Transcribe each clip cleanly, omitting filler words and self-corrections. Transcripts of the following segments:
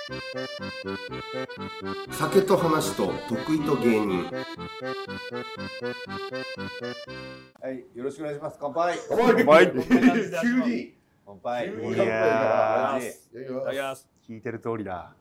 酒と話と得意と芸人。 はい、よろしくお願いします。乾杯。 乾杯。 急に。 乾杯。 いやー、 聞いてる通りだ。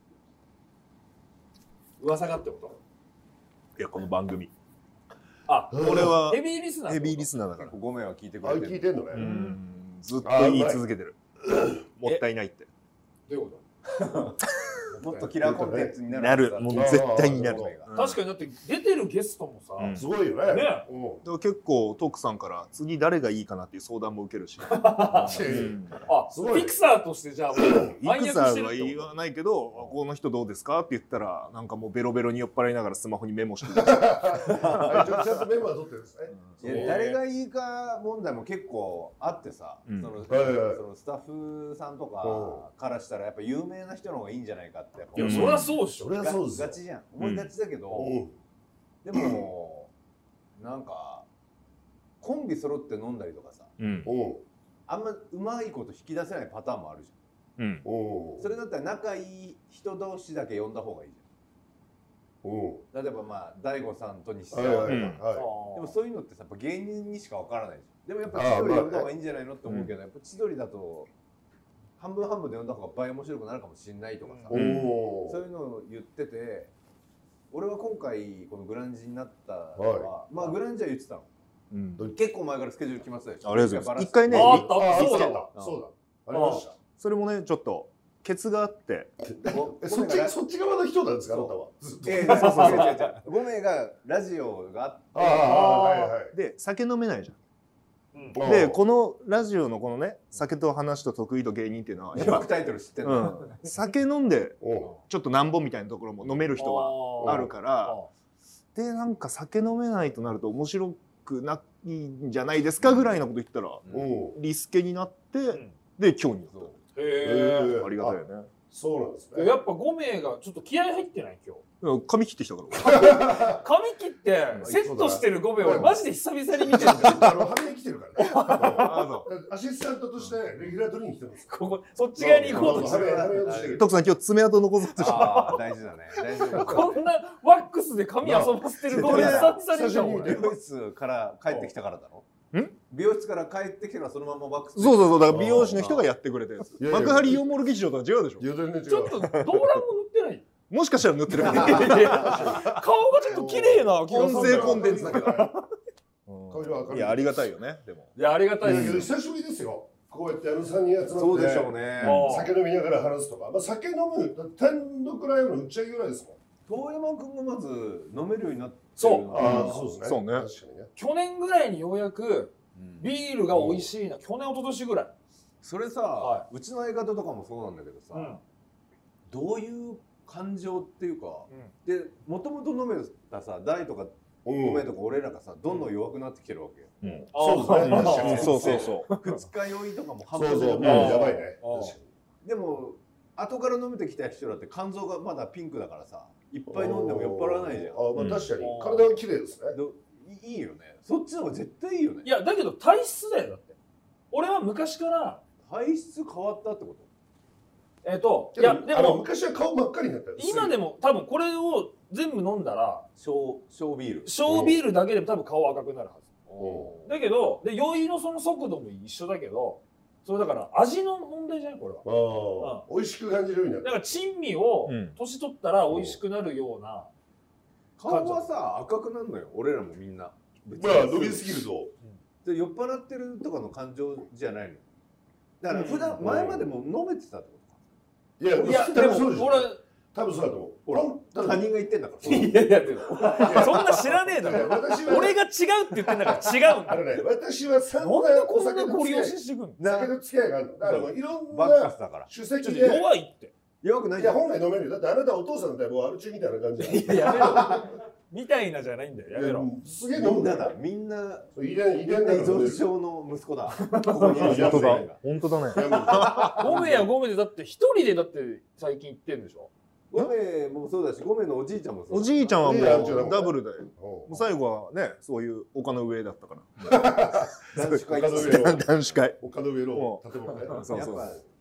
噂がってこと？ いや、この番組。 あ、 俺はヘビーリスナー。 ヘビーリスナーだから。 5名は聞いてくあ、 れてる。 聞いてんのね。 ずっと言い続けてる。もったいないって。 どういうこもっとキラーコンテンツになる。 なる。もう絶対になる。 と？確かにだって出てるゲストもさ、 すごいよね。 でも結構トークさんから次誰がいいかなっていう相談も受けるし。 あ、フィクサーとしてじゃあもうフィクサーは言わないけど、この人どうですかって言ったらなんかもうベロベロに酔っ払いながらスマホにメモしてる。 ちゃんとメモは取ってるんですね。 誰がいいか問題も結構あってさ、そのスタッフさんとかからしたらやっぱ有名な人の方がいいんじゃないかって。 いや、そりゃそうでしょ。 そりゃそうですよ。ガチじゃん。思いがちだけど、でもなんかコンビ揃って飲んだりとかさ、あんまうまいこと引き出せないパターンもあるじゃん。それだったら仲いい人同士だけ呼んだ方がいいじゃん。例えばまあ大悟さんと西澤とか、でもそういうのってさ、やっぱ芸人にしかわからないじゃん。でもやっぱ千鳥呼んだ方がいいんじゃないのって思うけど、やっぱ千鳥だと半分半分で呼んだ方が倍面白くなるかもしれないとかさ、そういうのを言ってて、俺は今回このグランジになったのは、まあグランジは言ってたの。結構前からスケジュール決まってたでしょ。 ありがとうございます。一回ね、 そうだありました。 それもねちょっとケツがあって、 そっち側の人なんですか、あなたは。 そう5名がラジオがあって、で酒飲めないじゃん。でこのラジオのこのね酒と話と得意と芸人っていうのはよくタイトル知ってるの。 酒飲んでちょっとなんぼみたいなところも飲める人があるから、でなんか酒飲めないとなると面白くないんじゃないですかぐらいなこと言ったらリスケになってで今日になった。ありがたいよね。 そうなんですね。やっぱ5名がちょっと気合入ってない今日。 髪切ってきたから髪切ってセットしてる5名俺マジで久々に見てるんだよ。 はめに来てるからね。アシスタントとしてレギュラー取りに来てます。 そっち側に行こうとしてる。 徳さん今日爪痕残そうとしてる。 大事だね。 こんなワックスで髪遊ばせてる5名久々に見たもん。 美容室から帰ってきたからだろ。美容室から帰ってきたらそのままワックス。 そうだから美容師の人がやってくれたやつ。幕張イオンモール劇場とは違うでしょ。 ちょっと動乱も塗ってない。 もしかしたら塗ってるかも。 顔がちょっと綺麗な気がする。 音声コンテンツだけど。いやありがたいよね。でも。 いやありがたいけど久しぶりですよ。こうやって3人集まってそうでしょうね。 酒飲みながら話すとか、まあ酒飲む単独ライブの打ち上げぐらいですもん。 遠山君がまず飲めるようになって。 そうですね。 そうね。 去年ぐらいにようやくビールが美味しいな。去年一昨年ぐらい。 それさ、うちの相方とかもそうなんだけどさ、どういう感情っていうか、でもともと飲めたさ大とか5名とか俺らがさどんどん弱くなってきてるわけよ。 そう二日酔いとかも半分でやばいね。 でも後から飲めてきた人だって肝臓がまだピンクだからさいっぱい飲んでも酔っ払わないじゃん。 確かに体が綺麗ですね。 いいよね。そっちの方が絶対いいよね。 いやだけど体質だよ。だって俺は昔から体質変わったってこと？ いやでも昔は顔真っ赤になったよ。 今でも多分これを全部飲んだら小ビール小ビールだけで多分顔赤くなるはず。だけどで酔いのその速度も一緒だけどそれだから味の問題じゃないこれは。 美味しく感じるようになる。 だから珍味を年取ったら美味しくなるような顔はさ赤くなるのよ俺らもみんな。 まあ飲みすぎると酔っ払ってるとかの感情じゃないの。だから普段前までも飲めてたってこと。 いやでも俺多分そうだと思う。 ほら他人が言ってんだから。 いやそんな知らねえだろ。俺が違うって言ってんだから違うんだ。 私は散々 こんなご利用ししてくんの。 酒の付き合いがあるの。だからいろんな主席で弱いって。 弱くない。 いや本来飲めるよ。だってあなたお父さんだったらもうアル中みたいな感じ。 いややめろ。みたいなじゃないんだよ。やめろ。 すげえ飲んだ。 みんな遺伝依存症の息子だ。 本当だね。 ゴメやゴメでだって一人でだって最近行ってんでしょ。 ゴメもそうだし、ゴメのおじいちゃんもそう。 おじいちゃんはもうダブルで、もう最後はね、そういう丘の上だったから。 男子会。 男子会。 丘の上の建物ね。 やっぱ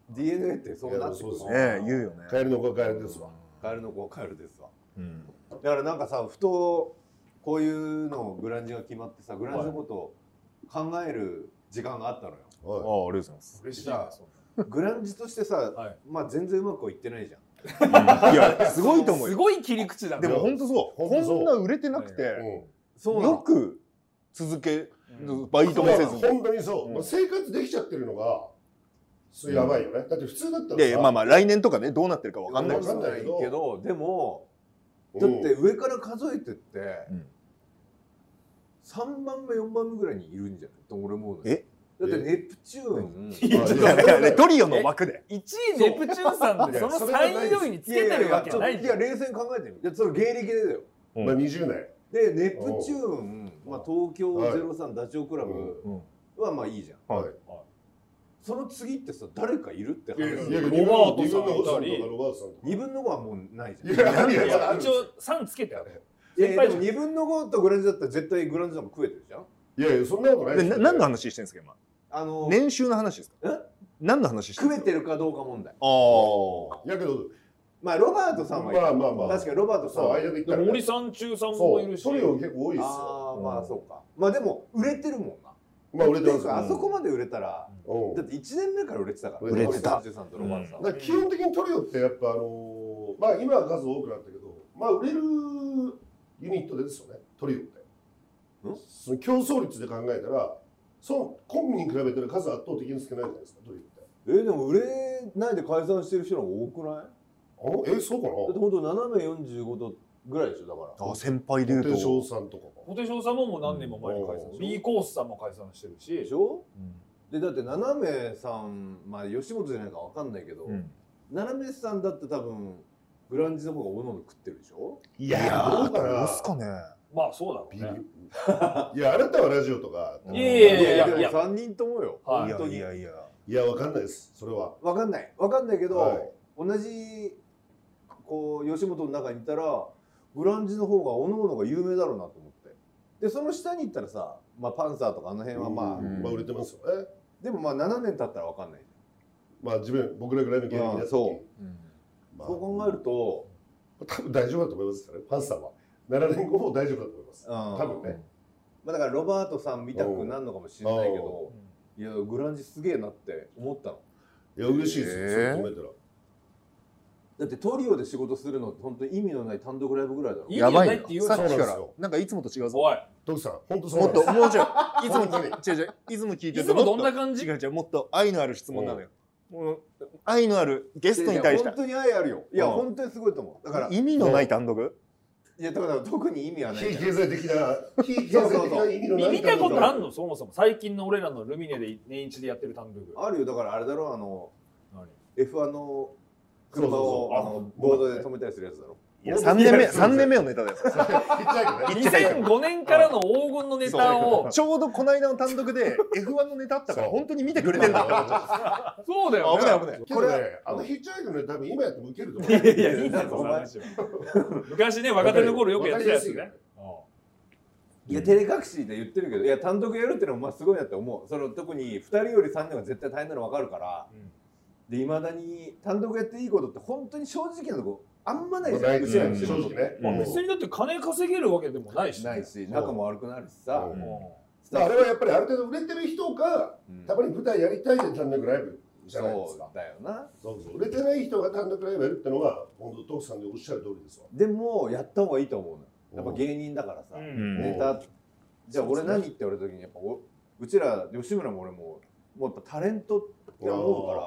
DNA ってそうなってくる言うよね。 カエルの子はカエルですわ。 カエルの子はカエルですわ。だからなんかさ、ふとこういうのグランジが決まってさ、グランジのことを考える時間があったのよ。 ああ、ありがとうございます。 嬉しいな。 グランジとしてさ、まあ全然うまくはいってないじゃん。 いや、すごいと思うよ。 すごい切り口だね。 でも本当そう。こんな売れてなくて、よく続け、バイトもせずに。 本当にそう。生活できちゃってるのが、それやばいよね。だって普通だったらさ。まあまあ来年とかね、どうなってるかわかんないけど、でも、だって上から数えてって、3番目、4番目ぐらいにいるんじゃないと俺思うの。だってネプチューン。 トリオの枠で。 1位ネプチューンさんってその3位4位につけてるわけないじゃん。 いや、冷静に考えてみる。その芸歴でだよ。 まあ20年。 で、ネプチューン、東京03ダチョウ倶楽部はまあいいじゃん。その次ってさ、誰かいるって話。 ロバートさんいたり、 2分の5はもうないじゃん。 一応3つけてある。 でも2分の5とグランジだったら絶対グランジの方が食えてるじゃん。 いやいや、そんなことないですよ。 何の話してんですか今。年収の話ですか。何の話してん食えてるかどうか問題。 やけど、 まあロバートさんはいた。確かにロバートさんは間で言ったら森さん中さんもいるし。 トリオ結構多いですよ。 ああ、まあそうか。まあでも売れてるもんな。 まあ売れてます。 あそこまで売れたら、だって1年目から売れてたから。 売れてた。 森さんとロバートさん。 だから基本的にトリオってやっぱまあ今は数多くなったけど、まあ売れるユニットですよね、トリオって。その競争率で考えたら、そのコンビに比べたら数圧倒的に少ないじゃないですか、トリオって。 でも売れないで解散してる人の方が多くない？ そうかな？ だって本当斜め45度ぐらいでしょ、だから。 あ、先輩で言うと。 ポテショウさんとか。 ポテショウさんももう何年も前に解散してる。B コースさんも解散してるし。 でしょ？で、だって斜めさん、まあ吉本じゃないかわかんないけど、斜めさんだって多分、グランジの方がおのおの食ってるでしょ？ いやどうかな？ どうすかね。 まあそうだろうね。 いや、あなたはラジオとか。 いや 3人ともよ。本当に。 いや、わかんないです、それは。 わかんないけど、同じ、こう、吉本の中にいたら、グランジの方がおのおのが有名だろうなと思って。で、その下に行ったらさ、まあパンサーとかあの辺はまあ、 売れてますよね。 でもまあ7年経ったらわかんない。 まあ僕らぐらいの芸人だと。 そう考えると、 多分大丈夫だと思いますからね、パンサーは。7年後も大丈夫だと思います。多分ね。 まあだからロバートさん見たくなるのかもしれないけど、いや、グランジすげえなって思ったの。 いや、嬉しいですよ、そう止めたら。 だってトリオで仕事するのって本当に意味のない単独ライブぐらいだろ。 やばいな。 さっきからなんかいつもと違うぞ。 おい。 徳さん、本当そう。 もっともうちょい。いつも聞いてると。 いつもどんな感じ？ 違うもっと愛のある質問なのよ。愛のあるゲストに対して。 本当に愛あるよ。いや本当にすごいと思う。だから意味のない単独？ いやだから特に意味はない。 非経済的な意味のない。 見たことあんのそもそも最近の俺らのルミネで年一でやってる単独。 あるよ。だからあれだろF1 の車をボードで止めたりするやつだろ。 いや3年目のネタだよ。 2005年からの黄金のネタをちょうどこの間の単独で F1 のネタあったから本当に見てくれてんだよ。 そうだよ。 危ない。 これヒッチハイクのネタ多分今やってもウケると思う。 いやいいんだぞその話は。昔ね若手の頃よくやってたやつね。 いや照れ隠しで言ってるけど、いや単独やるってのもまあすごいなって思う。その特に2人より3人は絶対大変なの分かるから。でいまだに単独やっていいことって本当に正直なとこあんまないじゃん。うちらの仕事ね。 別にだって金稼げるわけでもないし。 ないし仲も悪くなるしさ。 あれはやっぱりある程度売れてる人がたまに舞台やりたいで単独ライブじゃないですか。 そうだよな。 そう売れてない人が単独ライブやるってのが本当徳さんでおっしゃる通りですわ。 でもやった方がいいと思うの。やっぱ芸人だからさ。ネタじゃあ俺何って言われた時にやっぱうちら吉村も俺もやっぱタレントって思うから。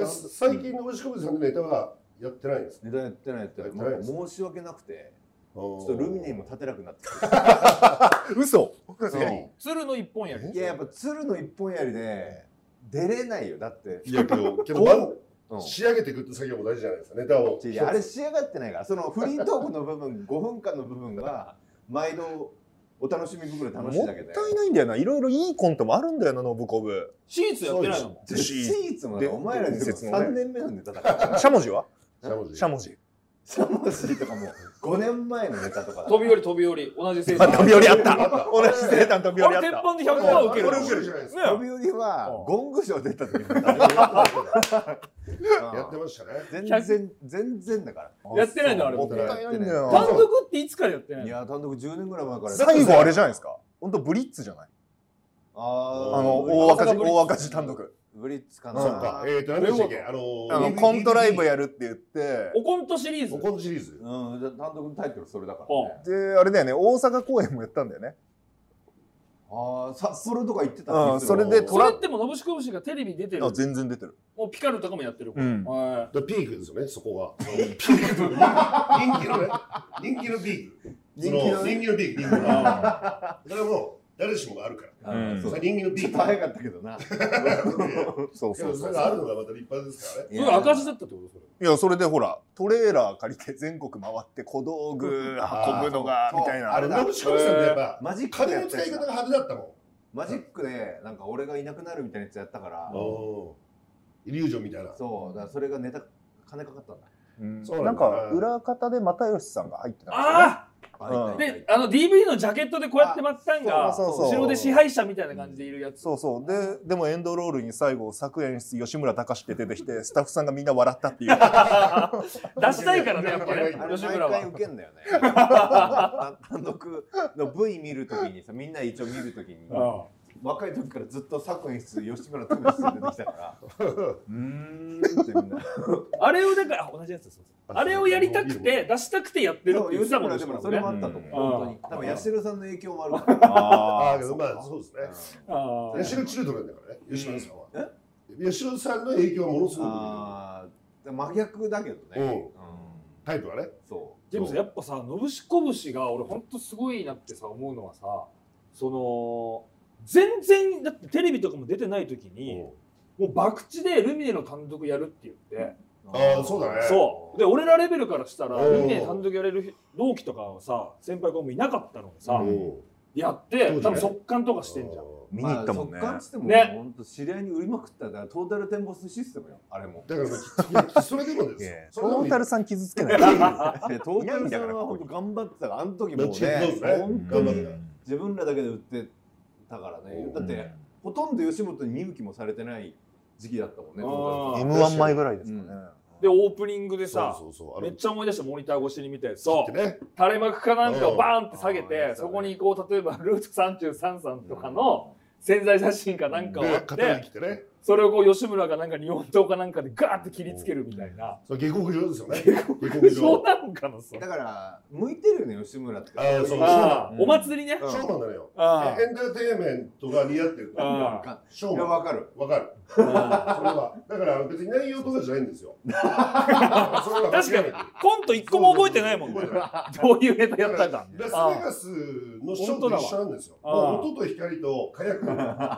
最近の押し込みさんのネタはやってないんですか？ ネタやってないって申し訳なくてちょっとルミネにも立てなくなって嘘。 鶴の一本やり。 いややっぱ鶴の一本やりで出れないよ。だっていやけど仕上げていくって作業も大事じゃないですか、ネタを。 あれ仕上がってないから、そのフリートークの部分5分間の部分が毎度お楽しみ袋で楽しいだけで。 もったいないんだよな。いろいろいいコントもあるんだよな、ノブコブ。 シーツやってないの？ シーツもお前らに3年目のネタだから。 しゃもじは？ しゃもじしゃもじとかも5年前のネタとか飛び降り同じ生飛び降りあった同じ生誕飛び降りあった鉄板で100%受けるこれ受けるじゃないですか。 飛び降りはゴングショー出た時にやってましたね。 全然だからやってないのあれもったいないんだよ単独っていつからやってないの？ いや単独10年ぐらい前から最後あれじゃないですか。本当ブリッツじゃない。 大大赤字単独。 ブリッツかそうか。何でしたっけ？ コントライブやるって言っておコントシリーズ。 おコントシリーズ。 単独のタイトルそれだからね。 であれだよね、大阪公演もやったんだよね。 札幌とか行ってたそれでそれってものぶしこぶしがテレビ出てる。 全然出てる。 もうピカルとかもやってる。 ピークですよね、そこが。ピーク。人気のね、人気のピーク。人気のピーク。それはもう誰しもがあるから。人気のピーク。 早かったけどな。 そうそれがあるのがまた立派ですからね。 それ赤字だったってこと？それ。 いやそれでほらトレーラー借りて全国回って小道具運ぶのがみたいな。 あれのぶしこぶしさんってやっぱマジック金の使い方が派手だったもん。 マジックでなんか俺がいなくなるみたいなやつやったからイリュージョンみたいな。 そうだからそれがネタ金かかったんだ。 なんか裏方で又吉さんが入ってたんで、DVD のジャケットでこうやって松さんが後ろで支配者みたいな感じでいるやつ。 そうでもエンドロールに最後作演出吉村隆って出てきてスタッフさんがみんな笑ったっていう出したいからねやっぱね吉村は。 毎回ウケんだよね。単独の V 見るときにさみんな一応見るときに若い時からずっと作演出吉村隆出てきたからってみんなあれをだから同じやつです。あれをやりたくて出したくてやってるっていう吉村でもそれもあったと思う本当に。多分八代さんの影響もあるから。 けどまあそうですね。八代チルドレンだからね吉村さんは。八代さんの影響はものすごく。 真逆だけどね。 タイプはね。 そう。でもさやっぱさのぶしこぶしが俺本当すごいなってさ思うのはさその全然だってテレビとかも出てない時にもう博打でルミネの単独やるって言って。 そうだね。 そうで俺らレベルからしたらルミネ単独やれる同期とかはさ先輩がもういなかったのにさやって多分速乾とかしてんじゃん。 見に行ったもんね。 速乾しても本当知り合いに売りまくったからトータルテンボスシステムよあれも。 だからそれでもです。 トータルさん傷つけない。 トータルさんは本当頑張ってたからあの時もね本当に自分らだけで売ってたからね。だってほとんど吉本に見向きもされてない時期だったもんね。 M1 前ぐらいですかね。 でオープニングでさめっちゃ思い出したモニター越しに見たやつ垂れ幕かなんかをバーンって下げてそこにこう例えばルート33さんとかの宣材写真かなんかをあってそれをこう吉村がなんか日本刀かなんかでガーって切りつけるみたいな。 下克上ですよね。 そうなのかな。 だから向いてるよね吉村って。 お祭りね。 ショーマンだよ。エンターテインメントが似合ってる。 ショーマンわかる。 わかる。それはだから別に内容とかじゃないんですよ。 確かにコント一個も覚えてないもんね。どういうネタやったか。 ラスベガスのショーと一緒なんですよ。音と光と火薬。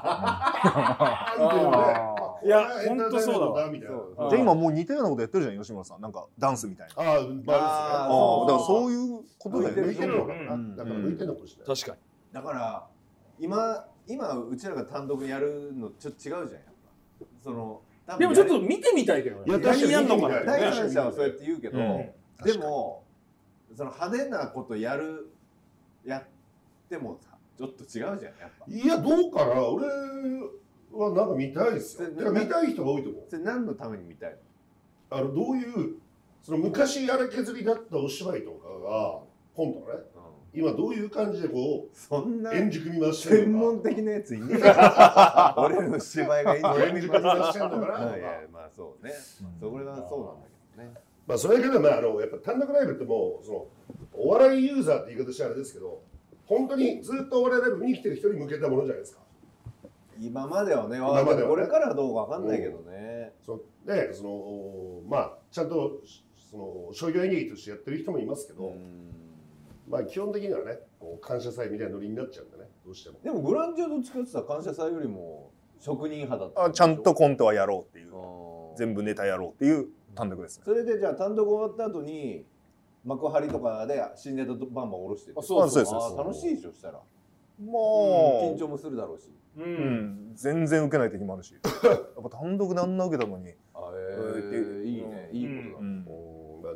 いや本当そうだわ。 じゃあ今もう似たようなことやってるじゃん吉村さんなんかダンスみたいな。 だからそういうことだよね。 向いてるのかな。だから向いてるのかもしれない。 確かに。 だから今うちらが単独にやるのちょっと違うじゃんやっぱ。そのでもちょっと見てみたいけどね。 何やんのかな。 第三者はそうやって言うけど、でもその派手なことやってもさちょっと違うじゃんやっぱ。 いやどうかな俺はなんか見たいですよ。見たい人が多いと思う。 それ何のために見たいの？どういうその昔やら削りだったお芝居とかがコントのね。今どういう感じでこうそんな円熟見ましてる専門的なやついねえよ。俺らの芝居が円熟見ましてるのかな。 いやまあそうね。それはそうなんだけどね。 まあそれだけどやっぱ単独ライブってもうそのお笑いユーザーって言い方したらあれですけど本当にずっとお笑いライブ見に来てる人に向けたものじゃないですか。 今まではね。これからはどうかわかんないけどね。 でまあちゃんとその商業演劇としてやってる人もいますけど。まあ基本的にはね、感謝祭みたいなノリになっちゃうんでね、どうしても。 でもグランジはどっちかって言ったら感謝祭よりも職人派だった。 ちゃんとコントはやろうっていう、全部ネタやろうっていう単独ですね。 それでじゃあ単独終わった後に幕張とかで新ネタバンバン下ろしてる。 そうです。 楽しいでしょしたら。 もう緊張もするだろうし。 全然受けない時もあるし。やっぱ単独であんな受けたのに。 いいね、いいことだ。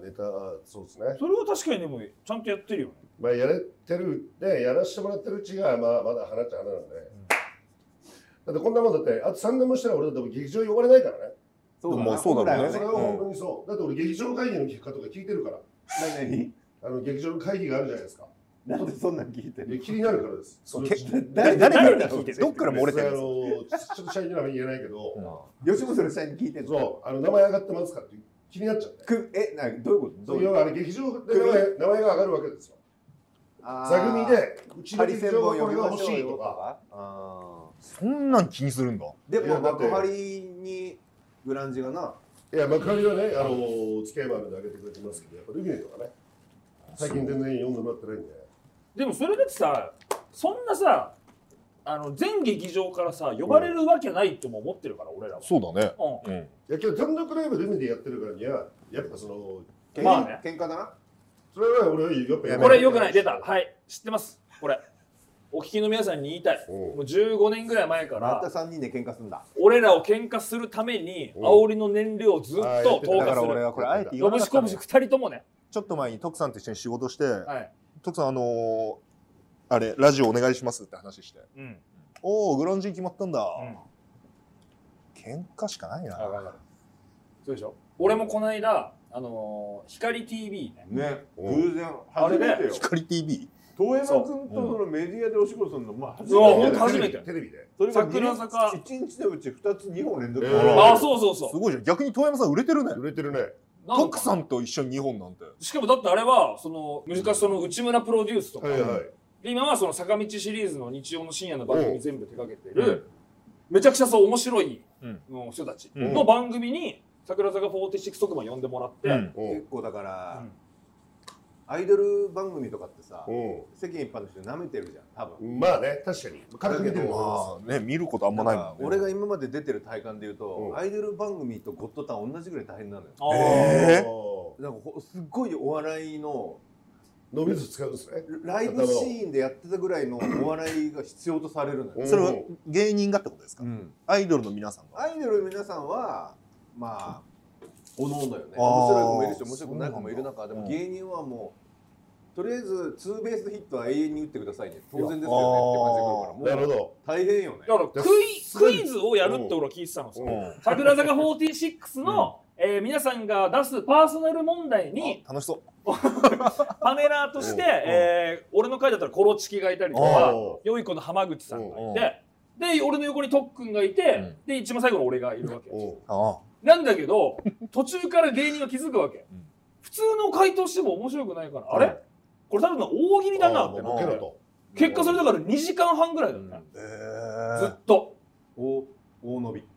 ネタそうですね。 それは確かにでもちゃんとやってるよね。 まあやれてるでやらせてもらってるうちがまだ花っちゃ花なんで。だってこんなもんだってあと3年もしたら俺だって劇場呼ばれないからね。 そうだまあそうだろうね。 それは本当にそう。だって俺劇場会議の結果とか聞いてるから。 何？ 劇場の会議があるじゃないですか。 なんでそんなん聞いてる？ 気になるからです。 誰から聞いてる？どっから漏れてる？ ちょっと社員には言えないけど、 吉本の社員に聞いてる。 そう名前上がってますかって気になっちゃって。 どういうこと？ 要は劇場で名前が上がるわけですよ。座組でうちの劇場はこれが欲しいとか。 そんなん気にするんだ。 でも幕張にグランジがな。 いや幕張はね付き合いもあるんで上げてくれてますけど、やっぱルミネとかね最近全然読んでもらってないんで。 でもそれだってさ、そんなさ全劇場からさ呼ばれるわけないとも思ってるから俺らは。 そうだね。 いやけど単独ライブルミネでやってるからにはやっぱそのまあね、 喧嘩だな。 それは俺はやっぱこれ良くない。出た。はい知ってます。これお聞きの皆さんに言いたい。もう15年ぐらい前からまた3人で喧嘩するんだ。 俺らを喧嘩するために煽りの燃料をずっと投下する。 俺はこれあえて言わなかったのよ。 2人ともね。 ちょっと前に徳さんと一緒に仕事して、 はい、 徳さんあれラジオお願いしますって話して、おおグランジ決まったんだ。喧嘩しかないな。 そうでしょ。俺もこの間光 TV ね偶然あれで光 TV。 遠山君とそのメディアでお仕事するの初めて。 テレビで。 桜坂1日のうち2本連続。 あそうそうそう。 すごいじゃん。逆に遠山さん売れてるね。 売れてるね。 徳さんと一緒に2本なんて。 しかもだってあれは昔その内村プロデュースとか、今はその坂道シリーズの日曜の深夜の番組全部手掛けてるめちゃくちゃ面白い人たちの番組に桜坂46特番呼んでもらって、 結構だからアイドル番組とかってさ世間一般の人舐めてるじゃん多分。 まあね確かに軽く見てるもんね。見ることあんまないもんね。 俺が今まで出てる体感で言うとアイドル番組とゴッドタン同じぐらい大変なのよ。なんかすっごいお笑いの伸びず使うんですね。 ライブシーンでやってたぐらいのお笑いが必要とされるのよ。 それは芸人がってことですか？アイドルの皆さんが。 アイドルの皆さんはまあおのおのよね。面白い子もいるし面白くない子もいる中でも芸人はもうとりあえずツーベースヒットは永遠に打ってくださいね。当然ですよねって感じでくるから。 なるほど。 大変よね。 だからクイズをやるって俺は聞いてたのさ。桜坂46の皆さんが出すパーソナル問題に楽しそう。 パネラーとして俺の回だったらコロチキがいたりとか良い子の浜口さんがいてで俺の横に特訓がいてで一番最後の俺がいるわけ。なんだけど途中から芸人が気づくわけ。普通の回答しても面白くないからあれこれ多分大喜利だなってなって結果それだから2時間半ぐらいだったずっと大伸び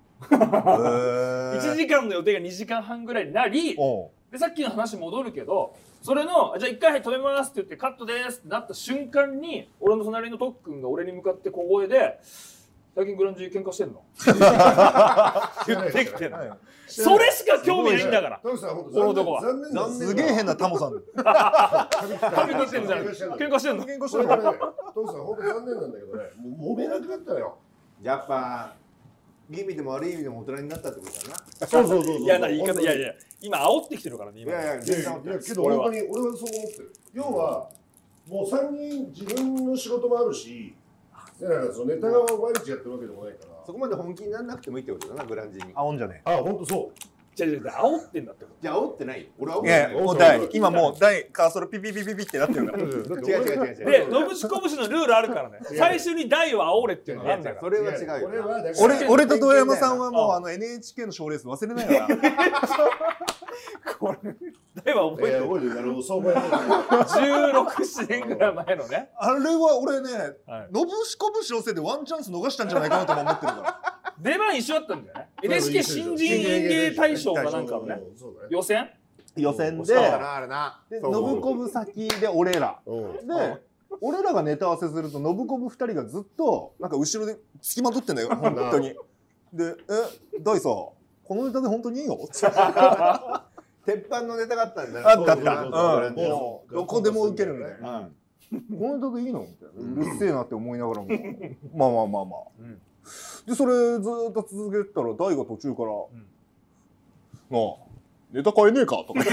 1時間の予定が2時間半ぐらいになりでさっきの話戻るけどそれのじゃあ1回止めますって言ってカットですってなった瞬間に俺の隣の特訓が俺に向かって小声で最近グランジ喧嘩してんの言ってきてる。それしか興味ないんだから。この男は。 すげえ変なタモさん。 髪食ってんじゃん。喧嘩してんの。 喧嘩してるからね。トムさん本当残念なんだけどね。もう揉めなくなったよ。 やっぱいい意味でも悪い意味でも大人になったってことだな。 そう。 嫌な言い方。いや今煽ってきてるからね。 いやけど本当に俺はそう思ってる。要はもう3人自分の仕事もあるし。だからそのネタを毎日やってるわけでもないからそこまで本気にならなくてもいいってことだなグランジに。 煽んじゃねえ。本当そう。 違う煽ってんだってこと。 じゃあ煽ってない。俺は煽ってない。 もう大今もう大カーソルピピピピピってなってるから。 違う。 でノブシコブシのルールあるからね。最初に大を煽れっていうのがあるんだから。 それは違うよ。 俺と遠山さんはもうNHK の賞レース忘れないから。 これ大は覚えてる。16、7年ぐらい前のね。 あれは俺ね、ノブシコブシのせいでワンチャンス逃したんじゃないかなとも思ってるから。 出番一緒だったんだよね。NHK 新人演芸大賞かなんかのね。予選でノブコブ先で俺らで俺らがネタ合わせするとノブコブ2人がずっとなんか後ろで付きまとってんだよ本当に。で大さこのネタで本当にいいの？ 鉄板のネタがあったんだよ。 あった。どこでも受けるみたいな。このネタでいいのみたいな。うるせえなって思いながらもまあ。でそれずっと続けてたら大が途中から「なあネタ買えねえかとか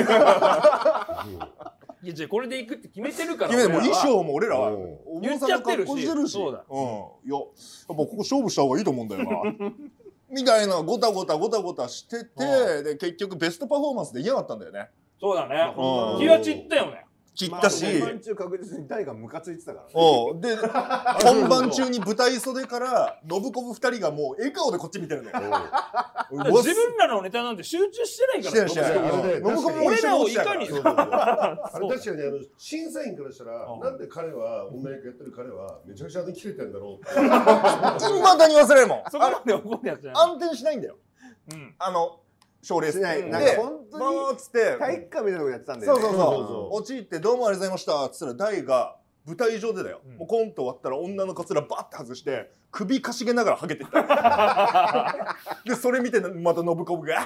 いやじゃあこれで行くって決めてるから。 もう衣装も俺らは言っちゃってるし。 そうだ。いや、やっぱここ勝負した方がいいと思うんだよな。みたいなごたごたしてて、で結局ベストパフォーマンスできなかったんだよね。 そうだね。気が散ったよね。 散ったし、 本番中確実に誰かムカついてたからね。で本番中に舞台袖から信子2人がもう笑顔でこっち見てるのよ。 自分らのネタなんて集中してないから。 してない。信子も俺らをいかに。 あれ確かに審査員からしたらなんで彼は女役やってる彼はめちゃくちゃ切れてんだろうって。 未だに忘れるもん。 そこまで怒るやつじゃない。 暗転しないんだよ。賞レースなんか本当に体育館みたいなとこやってたんだよね。 そう落ち入ってどうもありがとうございましたっつったら大が舞台上でだよ。もうコント終わったら女のカツラバッて外して首かしげながらハゲてったでそれ見てまた信子が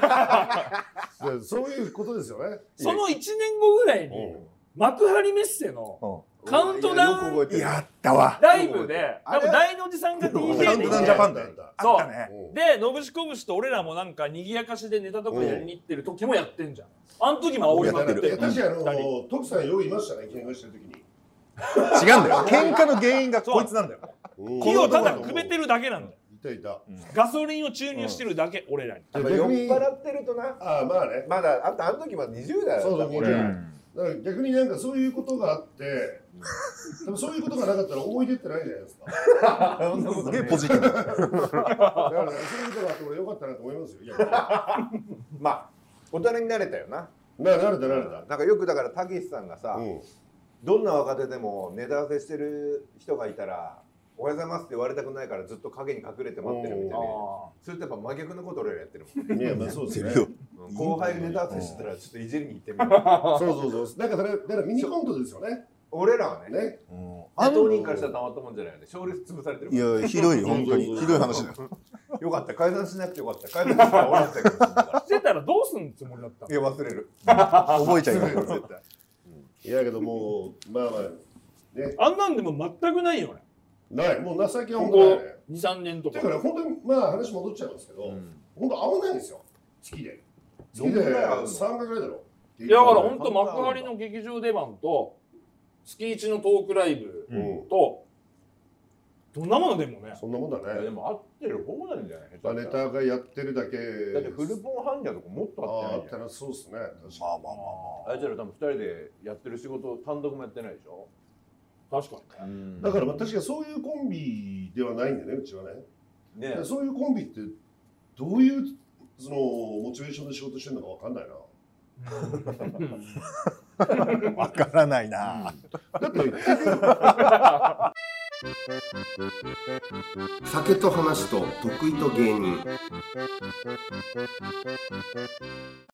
そういうことですよね。 その1年後ぐらいに幕張メッセのカウントダウンやったわライブで多分大の字さんが DJ でカウントダウンジャパンだよ。 そうあったね。 でのぶしこぶしと俺らもなんか賑やかしでネタとかやりに行ってる時もやってんじゃん。あの時も煽りまくってる。 確かに徳さんよくいましたね、喧嘩してる時に。 違うんだよ。喧嘩の原因がこいつなんだよ。 火をただくべてるだけなんだよ。 いた。 ガソリンを注入してるだけ俺らに。 酔っ払ってるとな。 ああまあね。 まだあの時まだ20代だったもんね。 だから逆になんかそういうことがあって、でもそういうことがなかったら思い出ってないじゃないですか。 すげえポジティブ。 だからそういうことがあって俺よかったなと思いますよ。 まあ大人になれたよな。 慣れた。 なんかよくだからたけしさんがさ、どんな若手でもネタ合わせしてる人がいたら「おはようございます」って言われたくないからずっと影に隠れて待ってるみたいな。それってやっぱ真逆のこと俺らやってるもん。 いやまあそうですね。 後輩ネタ合わせしてたらちょっといじりに行ってみる。 そう。なんかだからミニコントですよね。 俺らはね。当人からしたらたまったもんじゃないよね。勝率潰されてる。 いやひどいよ本当にひどい話だよ。 よかった解散しなくてよかった。解散したら俺だったけど。 してたらどうすんつもりだったの。 いや忘れる。 覚えちゃいます絶対。 いやけどもうまあね。 あんなんでも全くないよね。 ないもう最近はここ本当ないね。 2、3年とか。 だから本当にまあ話戻っちゃいますけど、本当合わないんですよ。月で3回ぐらいだろ。 いやだから本当幕張の劇場出番と月1のトークライブとどんなものでもね。 そんなもんだね。 でも合ってる方なんじゃない。 ネタがやってるだけ。 だってフルポンハンディとかもっとあってない。 そうですね。 まあ。あいつら多分2人でやってる仕事単独もやってないでしょ。 確かに。 だから確かにそういうコンビではないんだよねうちはね。そういうコンビってどういうそのモチベーションで仕事してるのかわかんないな。 わからないな。 だって酒と話と得意と芸人。